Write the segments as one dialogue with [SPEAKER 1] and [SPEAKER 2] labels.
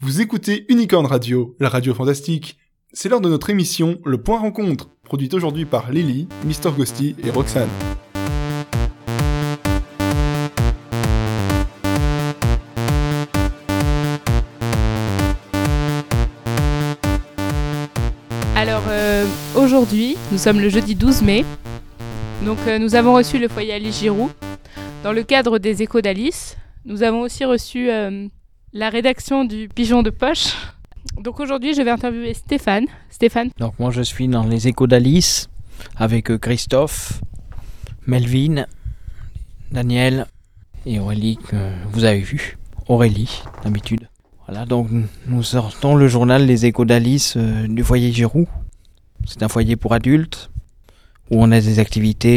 [SPEAKER 1] Vous écoutez Unicorn Radio, la radio fantastique. C'est l'heure de notre émission Le Point Rencontre, produite aujourd'hui par Lily, Mister Ghosty et Roxane.
[SPEAKER 2] Alors aujourd'hui, nous sommes le jeudi 12 mai. Donc nous avons reçu le foyer Alice Giroux. Dans le cadre des échos d'Alice, nous avons aussi reçu la rédaction du Pigeon de poche. Donc aujourd'hui, je vais interviewer Stéphane. Stéphane.
[SPEAKER 3] Donc moi je suis dans les échos d'Alice avec Christophe, Melvin, Daniel et Aurélie que vous avez vu. Aurélie, d'habitude. Voilà, donc nous sortons le journal Les Échos d'Alice du foyer Giroux. C'est un foyer pour adultes où on a des activités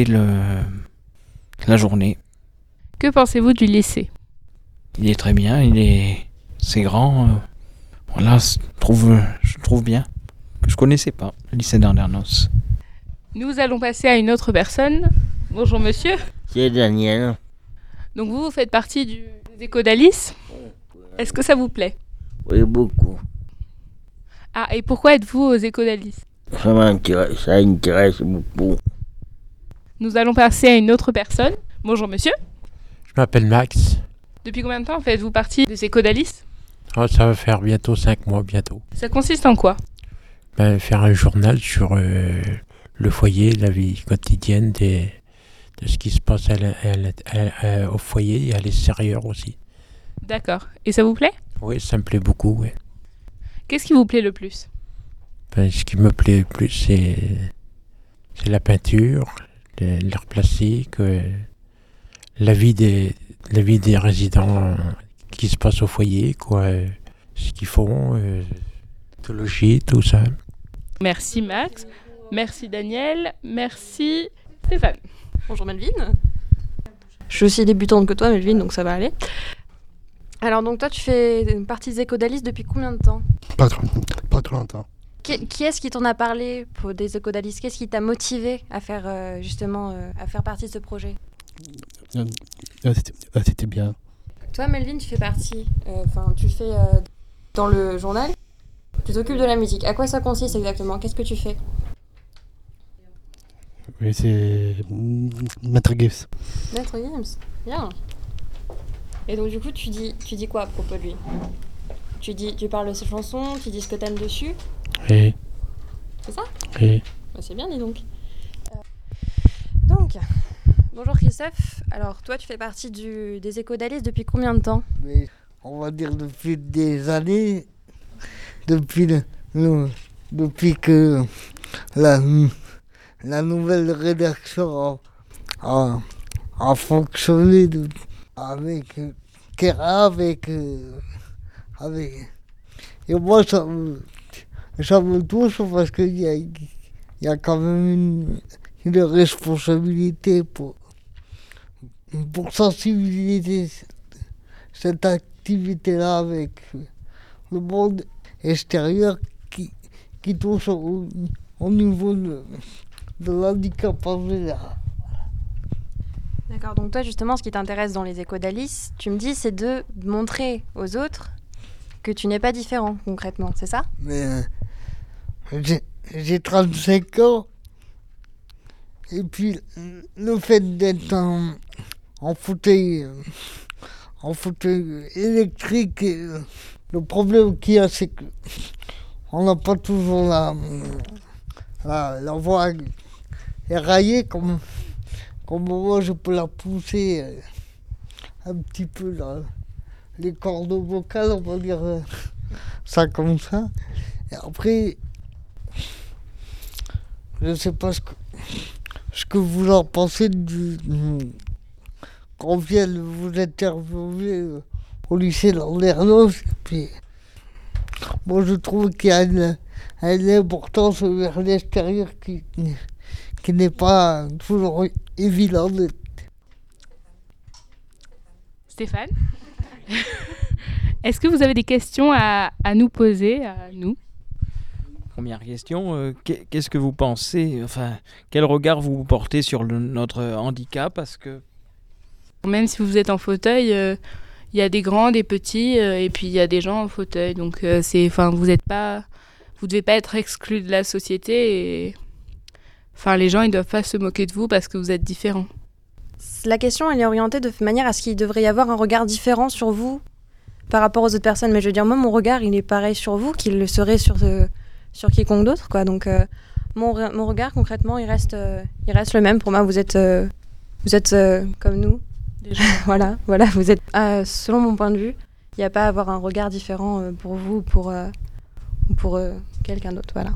[SPEAKER 3] la journée.
[SPEAKER 2] Que pensez-vous du lycée ?
[SPEAKER 3] Il est très bien, c'est grand. Voilà, je trouve bien. Que je connaissais pas, le lycée d'Andernos.
[SPEAKER 2] Nous allons passer à une autre personne. Bonjour monsieur.
[SPEAKER 4] C'est Daniel.
[SPEAKER 2] Donc vous faites partie des échos d'Alice. Est-ce que ça vous plaît ?
[SPEAKER 4] Oui, beaucoup.
[SPEAKER 2] Ah, et pourquoi êtes-vous aux échos d'Alice ?
[SPEAKER 4] Ça intéresse beaucoup.
[SPEAKER 2] Nous allons passer à une autre personne. Bonjour monsieur.
[SPEAKER 5] Je m'appelle Max.
[SPEAKER 2] Depuis combien de temps faites-vous partie des échos d'Alice ?
[SPEAKER 5] Ça va faire bientôt 5 mois bientôt.
[SPEAKER 2] Ça consiste en quoi ?
[SPEAKER 5] Faire un journal sur le foyer, la vie quotidienne de ce qui se passe au foyer et à l'extérieur aussi.
[SPEAKER 2] D'accord. Et ça vous plaît ?
[SPEAKER 5] Oui, ça me plaît beaucoup, oui.
[SPEAKER 2] Qu'est-ce qui vous plaît le plus ?
[SPEAKER 5] Ce qui me plaît le plus, c'est la peinture, l'art plastique, la vie des résidents qui se passe au foyer, quoi, ce qu'ils font, le logis, tout ça.
[SPEAKER 2] Merci Max, merci Daniel, merci Stéphane.
[SPEAKER 6] Bonjour Melvin. Je suis aussi débutante que toi Melvin, donc ça va aller. Alors donc toi tu fais partie des échos d'Alice depuis combien de temps ?
[SPEAKER 7] Pas trop longtemps.
[SPEAKER 6] Qui est-ce qui t'en a parlé pour des échos d'Alice ? Qu'est-ce qui t'a motivé à faire à faire partie de ce projet ?
[SPEAKER 7] C'était bien.
[SPEAKER 6] Toi Melvin, tu fais partie, tu fais dans le journal, tu t'occupes de la musique. À quoi ça consiste exactement ? Qu'est-ce que tu fais ?
[SPEAKER 7] Oui, c'est Maître Gibbs.
[SPEAKER 6] Maître Gibbs, bien. Et donc du coup, tu dis quoi à propos de lui ? Tu parles de ses chansons, tu dis ce que t'aimes dessus ?
[SPEAKER 7] Oui.
[SPEAKER 6] C'est ça ?
[SPEAKER 7] Oui.
[SPEAKER 6] Bah, c'est bien, dis donc. Donc, bonjour Christophe. Alors, toi, tu fais partie des échos d'Alice depuis combien de temps ?
[SPEAKER 4] Mais on va dire depuis des années, depuis que la nouvelle rédaction a fonctionné avec Kera, et moi ça me touche parce qu'il y a quand même une responsabilité pour sensibiliser cette activité-là avec le monde extérieur qui touche au niveau de l'handicap en général.
[SPEAKER 6] D'accord, donc toi justement ce qui t'intéresse dans les échos d'Alice, tu me dis c'est de montrer aux autres que tu n'es pas différent concrètement, c'est ça ?
[SPEAKER 4] Mais j'ai 35 ans et puis le fait d'être en fauteuil électrique, le problème qu'il y a c'est qu'on n'a pas toujours la voix éraillée comme moi je peux la pousser un petit peu les cordes vocales, on va dire ça comme ça. Et après, je ne sais pas ce que vous en pensez qu'on vienne vous interviewer au lycée d'Andernos. Puis, moi je trouve qu'il y a une importance vers l'extérieur qui n'est pas toujours évidente.
[SPEAKER 2] Stéphane, est-ce que vous avez des questions à nous poser, à nous ?
[SPEAKER 3] Première question, qu'est-ce que vous pensez, quel regard vous portez sur notre handicap ? Parce que
[SPEAKER 2] Même si vous êtes en fauteuil, il y a des grands, des petits, et puis il y a des gens en fauteuil. Donc vous devez pas être exclus de la société. Et les gens ils doivent pas se moquer de vous parce que vous êtes différents.
[SPEAKER 6] La question, elle est orientée de manière à ce qu'il devrait y avoir un regard différent sur vous par rapport aux autres personnes. Mais je veux dire, moi, mon regard, il est pareil sur vous qu'il le serait sur quiconque d'autre, quoi. Donc, mon regard, concrètement, il reste le même. Pour moi, vous êtes comme nous. Déjà. voilà, vous êtes, selon mon point de vue, il n'y a pas à avoir un regard différent pour vous ou pour quelqu'un d'autre, voilà.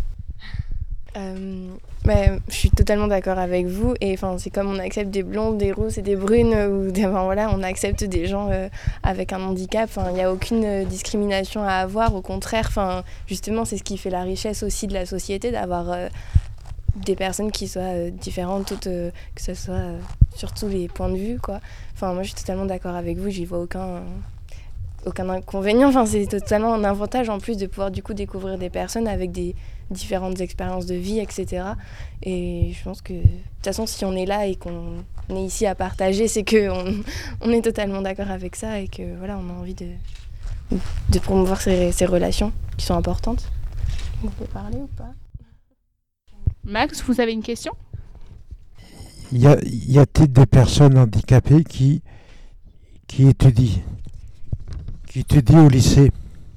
[SPEAKER 8] Je suis totalement d'accord avec vous et c'est comme on accepte des blondes, des rousses et des brunes ou on accepte des gens avec un handicap. Il n'y a aucune discrimination à avoir, au contraire. Justement, c'est ce qui fait la richesse aussi de la société, d'avoir des personnes qui soient différentes, que ce soit sur tous les points de vue, quoi. Moi, je suis totalement d'accord avec vous. J'y vois aucun inconvénient. C'est totalement un avantage en plus de pouvoir du coup découvrir des personnes avec des différentes expériences de vie, etc. Et je pense que de toute façon, si on est là et qu'on est ici à partager, c'est qu'on est totalement d'accord avec ça et que voilà, on a envie de promouvoir ces relations qui sont importantes. Vous pouvez parler ou pas?
[SPEAKER 2] Max, vous avez une question?
[SPEAKER 5] Y a-t-il des personnes handicapées qui étudient au lycée?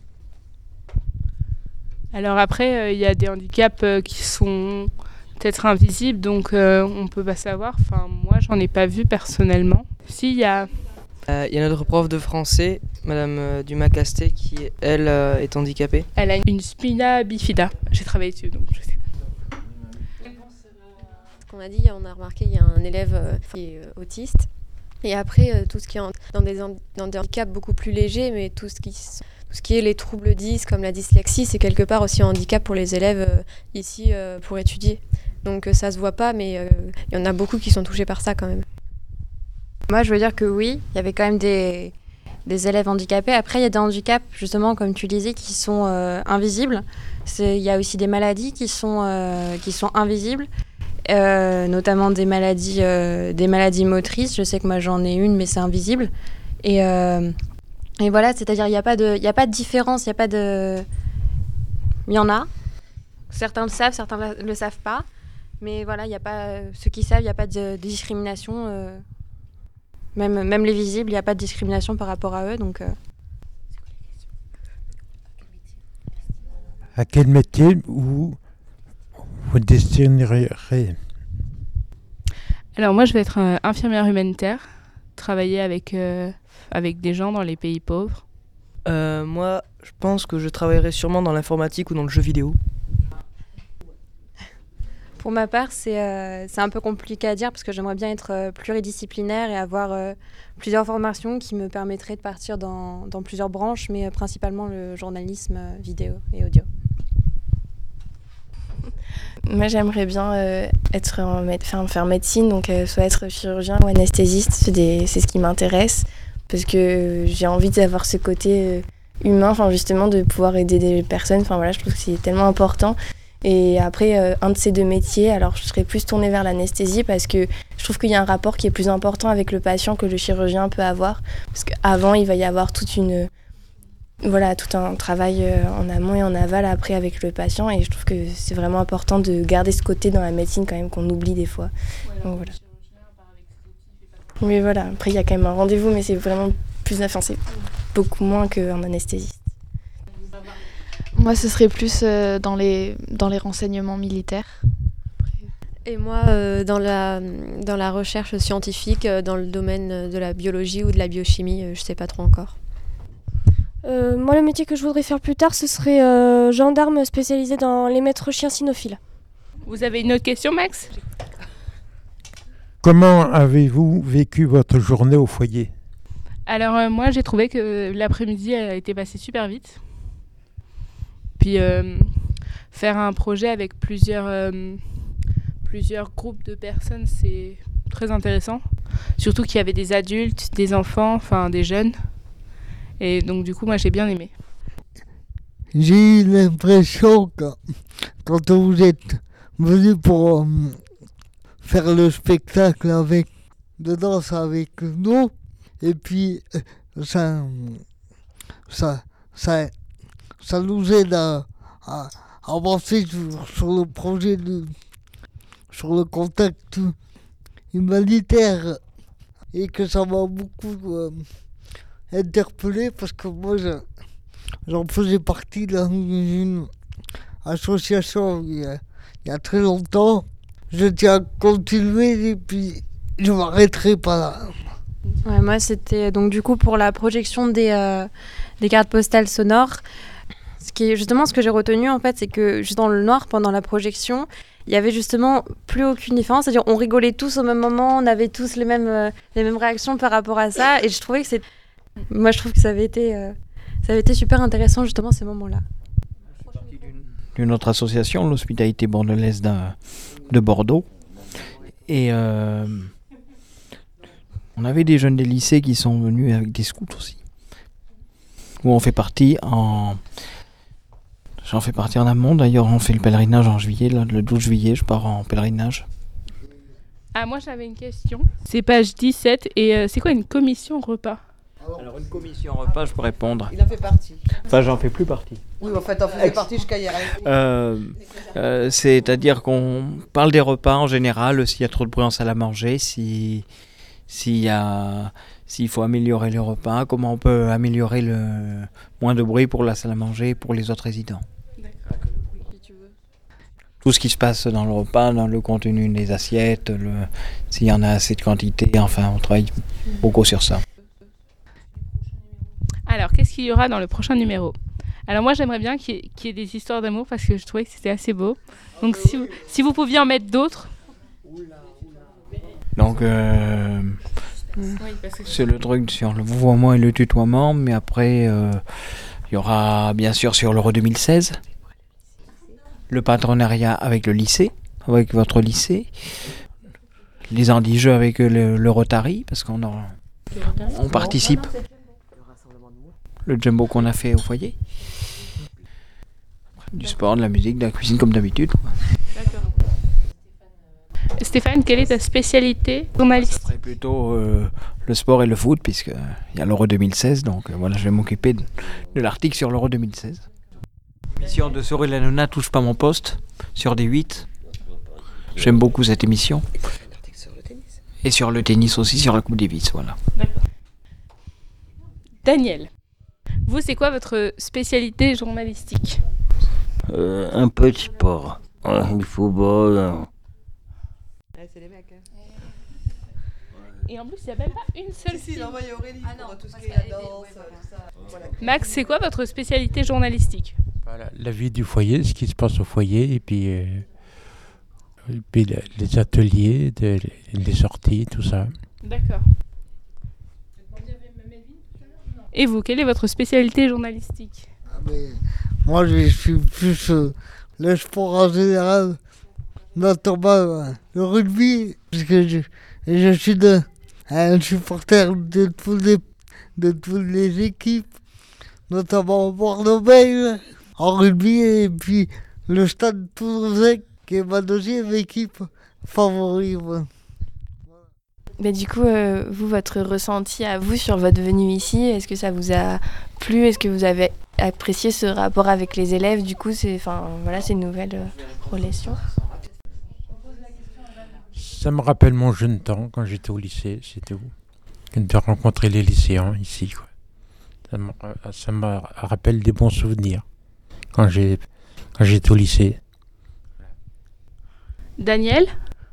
[SPEAKER 2] Alors après, il y a des handicaps qui sont peut-être invisibles, donc on peut pas savoir. Moi, j'en ai pas vu personnellement. Si, il y a
[SPEAKER 9] notre prof de français, Madame Dumas-Castet, qui, elle, est handicapée.
[SPEAKER 2] Elle a une spina bifida. J'ai travaillé dessus, donc je sais.
[SPEAKER 10] Ce qu'on a dit, on a remarqué, il y a un élève qui est autiste. Et après, tout ce qui est dans des handicaps beaucoup plus légers, mais tout ce qui est les troubles 10, comme la dyslexie, c'est quelque part aussi un handicap pour les élèves ici pour étudier. Donc ça se voit pas, mais il y en a beaucoup qui sont touchés par ça quand même.
[SPEAKER 6] Moi, je veux dire que oui, il y avait quand même des élèves handicapés. Après, il y a des handicaps, justement, comme tu disais, qui sont invisibles. Il y a aussi des maladies qui sont invisibles. Notamment des maladies motrices. Je sais que moi j'en ai une, mais c'est invisible. Et voilà, c'est-à-dire il n'y a pas de différence, il y en a. Certains le savent, certains le savent pas. Mais voilà, il y a pas ceux qui savent, il n'y a pas de discrimination. Même les visibles, il n'y a pas de discrimination par rapport à eux. Donc.
[SPEAKER 5] À quel métier vous destineriez?
[SPEAKER 2] Alors moi, je vais être infirmière humanitaire, travailler avec des gens dans les pays pauvres.
[SPEAKER 9] Moi, je pense que je travaillerai sûrement dans l'informatique ou dans le jeu vidéo.
[SPEAKER 6] Pour ma part, c'est un peu compliqué à dire parce que j'aimerais bien être pluridisciplinaire et avoir plusieurs formations qui me permettraient de partir dans plusieurs branches, mais principalement le journalisme vidéo et audio.
[SPEAKER 8] Moi, j'aimerais bien faire médecine, donc soit être chirurgien ou anesthésiste. C'est ce qui m'intéresse parce que j'ai envie d'avoir ce côté humain, justement de pouvoir aider des personnes. Je trouve que c'est tellement important. Et après, un de ces deux métiers, alors je serais plus tournée vers l'anesthésie parce que je trouve qu'il y a un rapport qui est plus important avec le patient que le chirurgien peut avoir. Parce qu'avant, il va y avoir tout un travail en amont et en aval après avec le patient. Et je trouve que c'est vraiment important de garder ce côté dans la médecine quand même qu'on oublie des fois. Donc, voilà. Oui, voilà. Après, il y a quand même un rendez-vous, mais c'est vraiment c'est beaucoup moins qu'un anesthésiste.
[SPEAKER 11] Moi, ce serait plus dans les renseignements militaires.
[SPEAKER 10] Et moi, dans la recherche scientifique, dans le domaine de la biologie ou de la biochimie, je sais pas trop encore.
[SPEAKER 12] Moi, le métier que je voudrais faire plus tard, ce serait gendarme spécialisé dans les maîtres chiens cynophiles.
[SPEAKER 2] Vous avez une autre question, Max?
[SPEAKER 5] Comment avez-vous vécu votre journée au foyer?
[SPEAKER 2] Alors moi, j'ai trouvé que l'après-midi a été passé super vite. Puis faire un projet avec plusieurs groupes de personnes, c'est très intéressant. Surtout qu'il y avait des adultes, des enfants, des jeunes. Et donc du coup, moi, j'ai bien aimé.
[SPEAKER 4] J'ai eu l'impression que quand vous êtes venu pour faire le spectacle de danse avec nous, et puis ça, ça nous aide à avancer sur le projet, sur le contact humanitaire, et que ça m'a beaucoup interpellé parce que moi j'en faisais partie d'une association il y a très longtemps. Je tiens à continuer et puis je m'arrêterai pas là.
[SPEAKER 6] Ouais, moi, c'était donc du coup pour la projection des cartes postales sonores. Ce que j'ai retenu en fait, c'est que juste dans le noir, pendant la projection, il y avait justement plus aucune différence. C'est-à-dire, on rigolait tous au même moment, on avait tous les mêmes réactions par rapport à ça. Et je trouvais que moi, je trouve que ça avait été super intéressant justement ces moments-là.
[SPEAKER 3] D'une autre association, l'Hospitalité Bordelaise de Bordeaux. Et on avait des jeunes des lycées qui sont venus avec des scouts aussi. Où on fait partie J'en fais partie en amont. D'ailleurs, on fait le pèlerinage en juillet. Là, le 12 juillet, je pars en pèlerinage.
[SPEAKER 2] Ah, moi j'avais une question. C'est page 17. Et c'est quoi une commission repas ?
[SPEAKER 3] Alors, une commission repas, je peux répondre.
[SPEAKER 13] Il en fait partie.
[SPEAKER 3] Enfin, j'en fais plus partie.
[SPEAKER 13] Oui, en fait, t'en faisais partie jusqu'à hier.
[SPEAKER 3] C'est-à-dire qu'on parle des repas en général, s'il y a trop de bruit en salle à manger, s'il faut améliorer les repas, comment on peut améliorer le moins de bruit pour la salle à manger et pour les autres résidents.
[SPEAKER 2] D'accord.
[SPEAKER 3] Tout ce qui se passe dans le repas, dans le contenu des assiettes, s'il y en a assez de quantité, enfin on travaille beaucoup sur ça.
[SPEAKER 2] Alors, qu'est-ce qu'il y aura dans le prochain numéro ? Alors moi j'aimerais bien qu'il y ait des histoires d'amour parce que je trouvais que c'était assez beau. Donc si vous pouviez en mettre d'autres.
[SPEAKER 3] Donc c'est le truc sur le vouvoiement et le tutoiement, mais après il y aura bien sûr sur l'Euro 2016 le partenariat avec le lycée, avec votre lycée, les handy-jeux avec le Rotary, parce qu'on participe, le jumbo qu'on a fait au foyer, du sport, de la musique, de la cuisine comme d'habitude.
[SPEAKER 2] D'accord. Stéphane, quelle est ta spécialité journaliste ?
[SPEAKER 3] Ça serait plutôt le sport et le foot, puisqu'il y a l'Euro 2016, donc voilà, je vais m'occuper de l'article sur l'Euro 2016. L'émission de Cyril Hanouna touche pas mon poste, sur D8. J'aime beaucoup cette émission. Et sur le tennis aussi, sur la Coupe Davis, voilà.
[SPEAKER 2] D'accord. Daniel, vous, c'est quoi votre spécialité journalistique ?
[SPEAKER 14] Un peu de sport, du football.
[SPEAKER 13] C'est les mecs.
[SPEAKER 2] Et en plus, il n'y a même pas une seule fille.
[SPEAKER 13] Si, envoyez Aurélie pour tout ce qui est la danse, tout ça. Voilà.
[SPEAKER 2] Max, c'est quoi votre spécialité journalistique ?
[SPEAKER 5] Voilà, la vie du foyer, ce qui se passe au foyer, et puis les ateliers, les sorties, tout ça.
[SPEAKER 2] D'accord. Et vous, quelle est votre spécialité journalistique ?
[SPEAKER 4] Moi, je suis plus le sport en général, notamment le rugby, parce que je suis un supporter de toutes les équipes, notamment Bordeaux-Bègles en rugby, et puis le Stade Toulousain, qui est ma deuxième équipe favorite.
[SPEAKER 8] Mais du coup, vous, votre ressenti à vous sur votre venue ici, est-ce que ça vous a plu ? Est-ce que vous avez apprécié ce rapport avec les élèves ? Du coup, c'est une nouvelle relation.
[SPEAKER 5] Ça me rappelle mon jeune temps, quand j'étais au lycée, c'est tout. De rencontrer les lycéens ici, quoi. Ça me rappelle des bons souvenirs, quand j'étais au lycée.
[SPEAKER 2] Daniel ?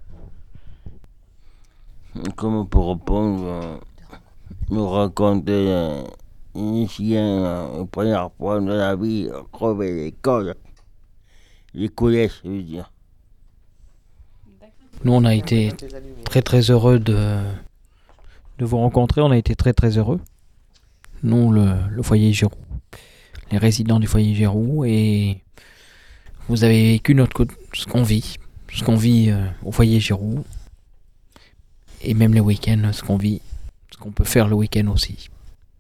[SPEAKER 14] Comme pour répondre, nous raconter une lycéen, la première fois de la vie, crever l'école, les coulisses, je veux dire.
[SPEAKER 3] Nous, on a été très très heureux de vous rencontrer, on a été très très heureux. Nous, le foyer Giroux, les résidents du foyer Giroux, et vous avez vécu ce qu'on vit au foyer Giroux, et même les week-ends, ce qu'on peut faire le week-end aussi.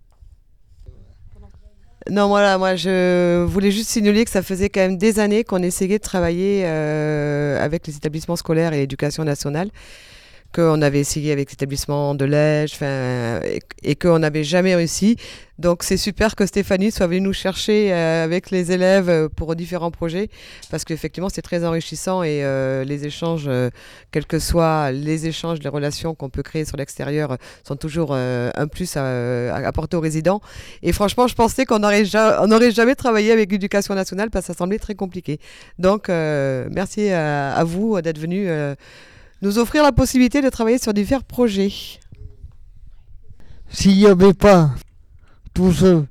[SPEAKER 13] Non, voilà, moi je voulais juste signaler que ça faisait quand même des années qu'on essayait de travailler avec les établissements scolaires et l'éducation nationale, qu'on avait essayé avec l'établissement de Lège, et qu'on n'avait jamais réussi. Donc c'est super que Stéphanie soit venue nous chercher avec les élèves pour différents projets, parce qu'effectivement c'est très enrichissant et les échanges, quels que soient les échanges, les relations qu'on peut créer sur l'extérieur sont toujours un plus à apporter aux résidents. Et franchement, je pensais qu'on n'aurait jamais travaillé avec l'éducation nationale parce que ça semblait très compliqué. Donc merci à vous d'être venus nous offrir la possibilité de travailler sur divers projets.
[SPEAKER 4] S'il n'y avait pas tout ce,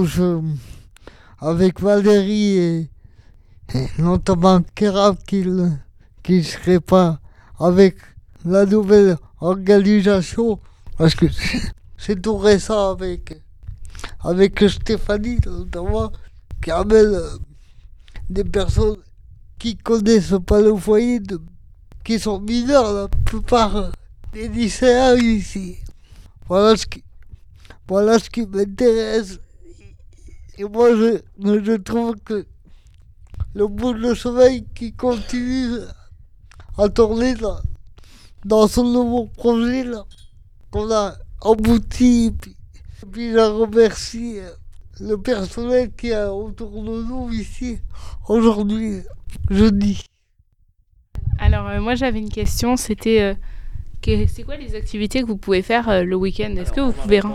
[SPEAKER 4] avec Valérie et notamment Kéra qui ne serait pas avec la nouvelle organisation, parce que c'est tout récent avec Stéphanie notamment, qui amène des personnes qui connaissent pas le foyer, qui sont mineurs, la plupart des lycéens ici. Voilà ce qui m'intéresse. Et moi, je trouve que le bout de sommeil qui continue à tourner dans ce nouveau projet là, qu'on a abouti. Et puis je remercie le personnel qui est autour de nous ici aujourd'hui, jeudi.
[SPEAKER 2] Alors moi j'avais une question, c'était c'est quoi les activités que vous pouvez faire le week-end? Est-ce que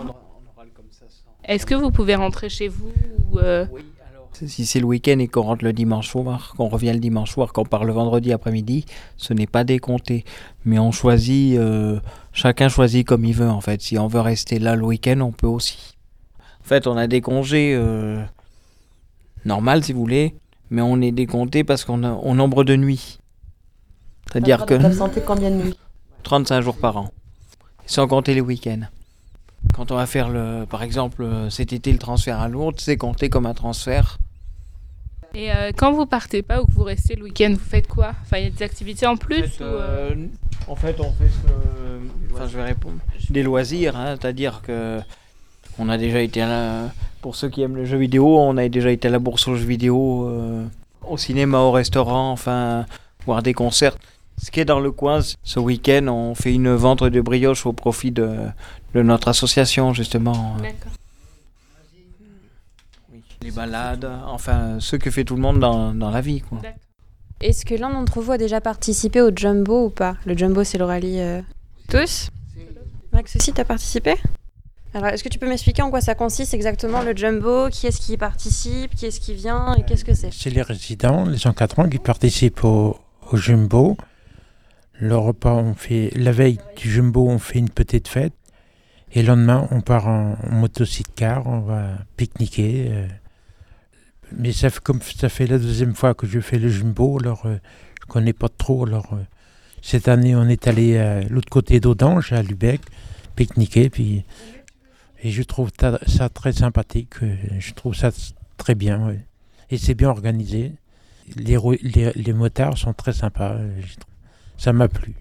[SPEAKER 2] vous pouvez rentrer chez vous ou
[SPEAKER 3] Oui, alors si c'est le week-end et qu'on rentre le dimanche soir, qu'on revient le dimanche soir, qu'on part le vendredi après-midi, ce n'est pas décompté. Mais on choisit, chacun choisit comme il veut en fait. Si on veut rester là le week-end, on peut aussi. En fait, on a des congés normaux si vous voulez, mais on est décompté parce qu'on a au nombre de nuits. C'est-à-dire que...
[SPEAKER 6] Vous absentez combien de nuits?
[SPEAKER 3] 35 jours par an, sans compter les week-ends. Quand on va faire, par exemple, cet été, le transfert à Lourdes, c'est compté comme un transfert.
[SPEAKER 2] Et quand vous partez pas ou que vous restez le week-end, vous faites quoi? Enfin, il y a des activités en plus
[SPEAKER 3] En fait, on fait je vais répondre. Des loisirs, hein, c'est-à-dire que on a déjà été pour ceux qui aiment le jeu vidéo, on a déjà été à la bourse aux jeux vidéo, au cinéma, au restaurant, enfin, voir des concerts. Ce qui est dans le coin, ce week-end, on fait une vente de brioches au profit de notre association, justement.
[SPEAKER 2] D'accord.
[SPEAKER 3] Oui. Les balades, enfin, ce que fait tout le monde dans la vie, quoi.
[SPEAKER 6] Est-ce que l'un d'entre vous a déjà participé au Jumbo ou pas? Le Jumbo, c'est le rallye... Tous? Max aussi, t'as participé? Alors, est-ce que tu peux m'expliquer en quoi ça consiste exactement le Jumbo? Qui est-ce qui y participe? Qui est-ce qui vient? Et qu'est-ce que c'est?
[SPEAKER 5] C'est les résidents, les encadrants qui participent au Jumbo. Le repas, on fait la veille du Jumbo, on fait une petite fête. Et le lendemain, on part en motocycle-car, on va pique-niquer. Mais ça fait la deuxième fois que je fais le Jumbo, alors je connais pas trop. Alors, cette année, on est allé à l'autre côté d'Audange, à Lubeck, pique-niquer. Et je trouve ça très sympathique, je trouve ça très bien. Ouais. Et c'est bien organisé. Les motards sont très sympas, ça m'a plu.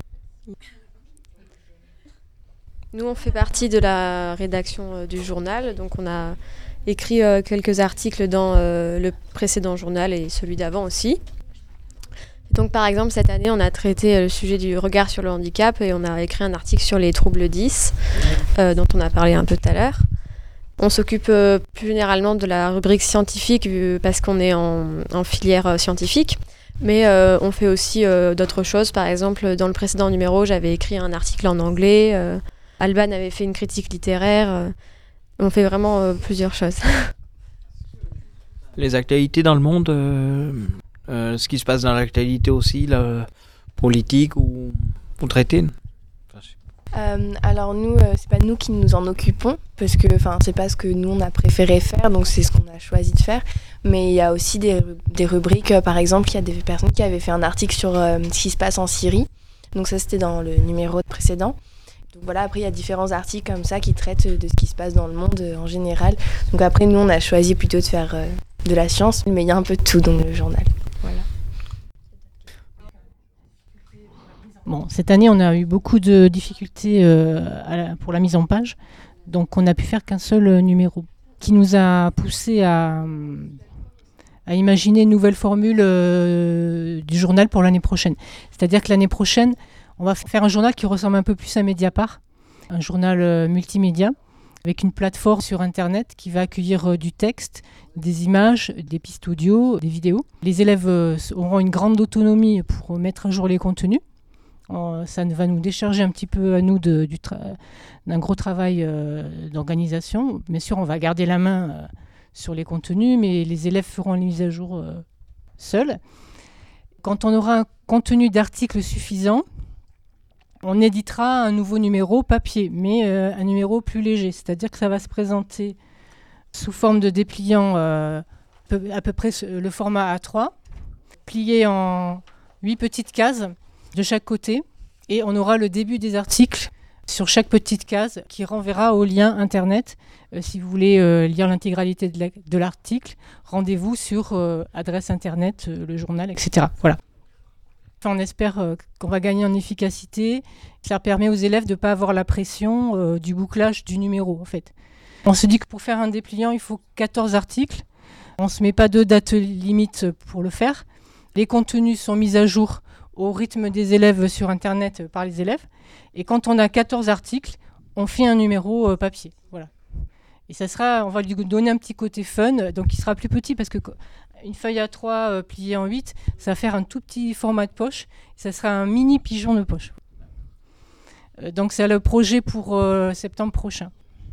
[SPEAKER 6] Nous, on fait partie de la rédaction du journal, donc on a écrit quelques articles dans le précédent journal et celui d'avant aussi. Donc par exemple, cette année, on a traité le sujet du regard sur le handicap et on a écrit un article sur les troubles 10, dont on a parlé un peu tout à l'heure. On s'occupe plus généralement de la rubrique scientifique parce qu'on est en filière scientifique. Mais on fait aussi d'autres choses. Par exemple, dans le précédent numéro, j'avais écrit un article en anglais. Alban avait fait une critique littéraire. On fait vraiment plusieurs choses.
[SPEAKER 3] Les actualités dans le monde, ce qui se passe dans l'actualité aussi, la politique ou traiter.
[SPEAKER 8] Alors nous, c'est pas nous qui nous en occupons, parce que c'est pas ce que nous on a préféré faire, donc c'est ce qu'on a choisi de faire. Mais il y a aussi des rubriques, par exemple, il y a des personnes qui avaient fait un article sur ce qui se passe en Syrie. Donc ça, c'était dans le numéro précédent. Donc voilà, après il y a différents articles comme ça qui traitent de ce qui se passe dans le monde en général. Donc après, nous on a choisi plutôt de faire de la science, mais il y a un peu de tout dans le journal. Voilà.
[SPEAKER 15] Bon, cette année, on a eu beaucoup de difficultés pour la mise en page, donc on n'a pu faire qu'un seul numéro, qui nous a poussé à imaginer une nouvelle formule du journal pour l'année prochaine. C'est-à-dire que l'année prochaine, On va faire un journal qui ressemble un peu plus à Mediapart, un journal multimédia, avec une plateforme sur Internet qui va accueillir du texte, des images, des pistes audio, des vidéos. Les élèves auront une grande autonomie pour mettre à jour les contenus. Ça va nous décharger un petit peu à nous d'un gros travail d'organisation. Bien sûr, on va garder la main sur les contenus, mais les élèves feront les mises à jour seuls. Quand on aura un contenu d'articles suffisant, on éditera un nouveau numéro papier, mais un numéro plus léger. C'est-à-dire que ça va se présenter sous forme de dépliant à peu près le format A3, plié en 8 petites cases de chaque côté, et on aura le début des articles sur chaque petite case qui renverra au lien internet. Si vous voulez lire l'intégralité de l'article, rendez-vous sur adresse internet, le journal, etc. Voilà. Enfin, on espère qu'on va gagner en efficacité. Ça permet aux élèves de ne pas avoir la pression du bouclage du numéro, en fait. On se dit que pour faire un dépliant, il faut 14 articles. On ne se met pas de date limite pour le faire. Les contenus sont mis à jour au rythme des élèves sur Internet par les élèves. Et quand on a 14 articles, on fait un numéro papier. Voilà. Et on va lui donner un petit côté fun, donc il sera plus petit parce que une feuille A3 pliée en 8, ça va faire un tout petit format de poche. Ça sera un mini pigeon de poche. Donc c'est le projet pour septembre prochain.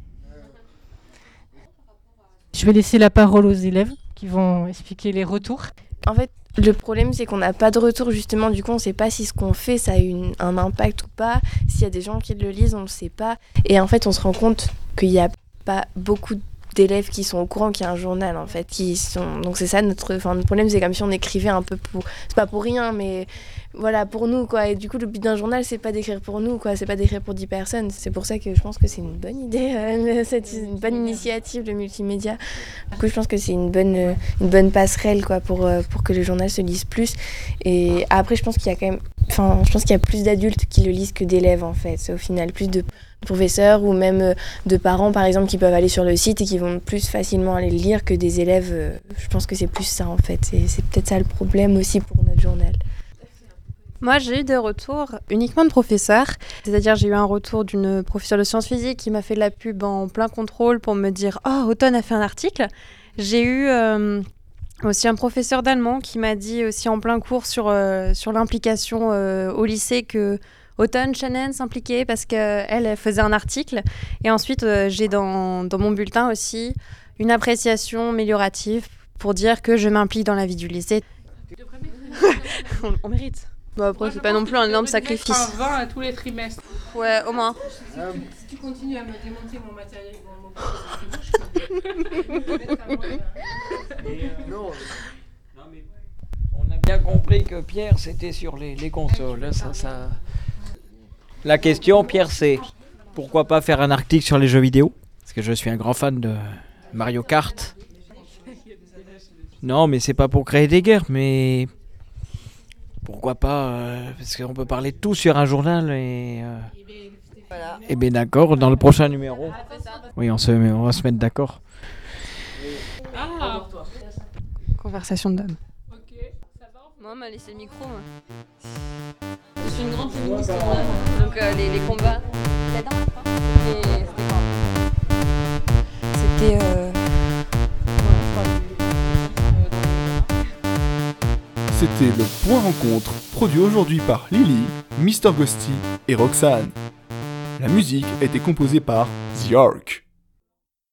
[SPEAKER 15] Je vais laisser la parole aux élèves qui vont expliquer les retours.
[SPEAKER 8] En fait, le problème, c'est qu'on n'a pas de retour, justement. Du coup, on ne sait pas si ce qu'on fait, ça a un impact ou pas. S'il y a des gens qui le lisent, on ne le sait pas. Et en fait, on se rend compte qu'il n'y a pas beaucoup d'élèves qui sont au courant qu'il y a un journal, en fait. Donc c'est ça, notre problème, c'est comme si on écrivait un peu pour... C'est pas pour rien, mais voilà, pour nous, quoi. Et du coup, le but d'un journal, c'est pas d'écrire pour nous, quoi. C'est pas d'écrire pour 10 personnes. C'est pour ça que je pense que c'est une bonne idée, c'est une bonne initiative, le multimédia. Du coup, je pense que c'est une bonne passerelle, quoi, pour que le journal se lise plus. Et après, je pense qu'il y a quand même... je pense qu'il y a plus d'adultes qui le lisent que d'élèves, en fait. C'est au final plus de professeurs ou même de parents, par exemple, qui peuvent aller sur le site et qui vont plus facilement aller le lire que des élèves. Je pense que c'est plus ça, en fait. C'est peut-être ça le problème aussi pour notre journal.
[SPEAKER 6] Moi, j'ai eu des retours uniquement de professeurs. C'est-à-dire, j'ai eu un retour d'une professeure de sciences physiques qui m'a fait de la pub en plein contrôle pour me dire « Oh, Automne a fait un article ». J'ai eu aussi un professeur d'allemand qui m'a dit aussi en plein cours sur l'implication au lycée que Automne Shannon s'impliquait parce qu'elle faisait un article. Et ensuite, j'ai dans mon bulletin aussi une appréciation améliorative pour dire que je m'implique dans la vie du lycée. on mérite. Bah après, c'est pas non plus un énorme sacrifice.
[SPEAKER 2] Un 20 à tous les trimestres.
[SPEAKER 6] Ouais, au moins.
[SPEAKER 2] Si tu continues à me démonter mon matériel,
[SPEAKER 3] Non, mais on a bien compris que Pierre, c'était sur les consoles. Ça. La question, Pierre, c'est pourquoi pas faire un article sur les jeux vidéo ? Parce que je suis un grand fan de Mario Kart. Non, mais c'est pas pour créer des guerres, mais... Pourquoi pas parce qu'on peut parler de tout sur un journal et bien d'accord, dans le prochain numéro. Oui, on va se mettre d'accord.
[SPEAKER 6] Conversation d'hommes.
[SPEAKER 10] Ok, ça va.
[SPEAKER 6] Moi, on m'a laissé le micro. Moi. Je suis une grande féministe. Donc les combats. C'était
[SPEAKER 1] C'était le Point Rencontre, produit aujourd'hui par Lily, Mr Ghosty et Roxane. La musique a été composée par The Ark.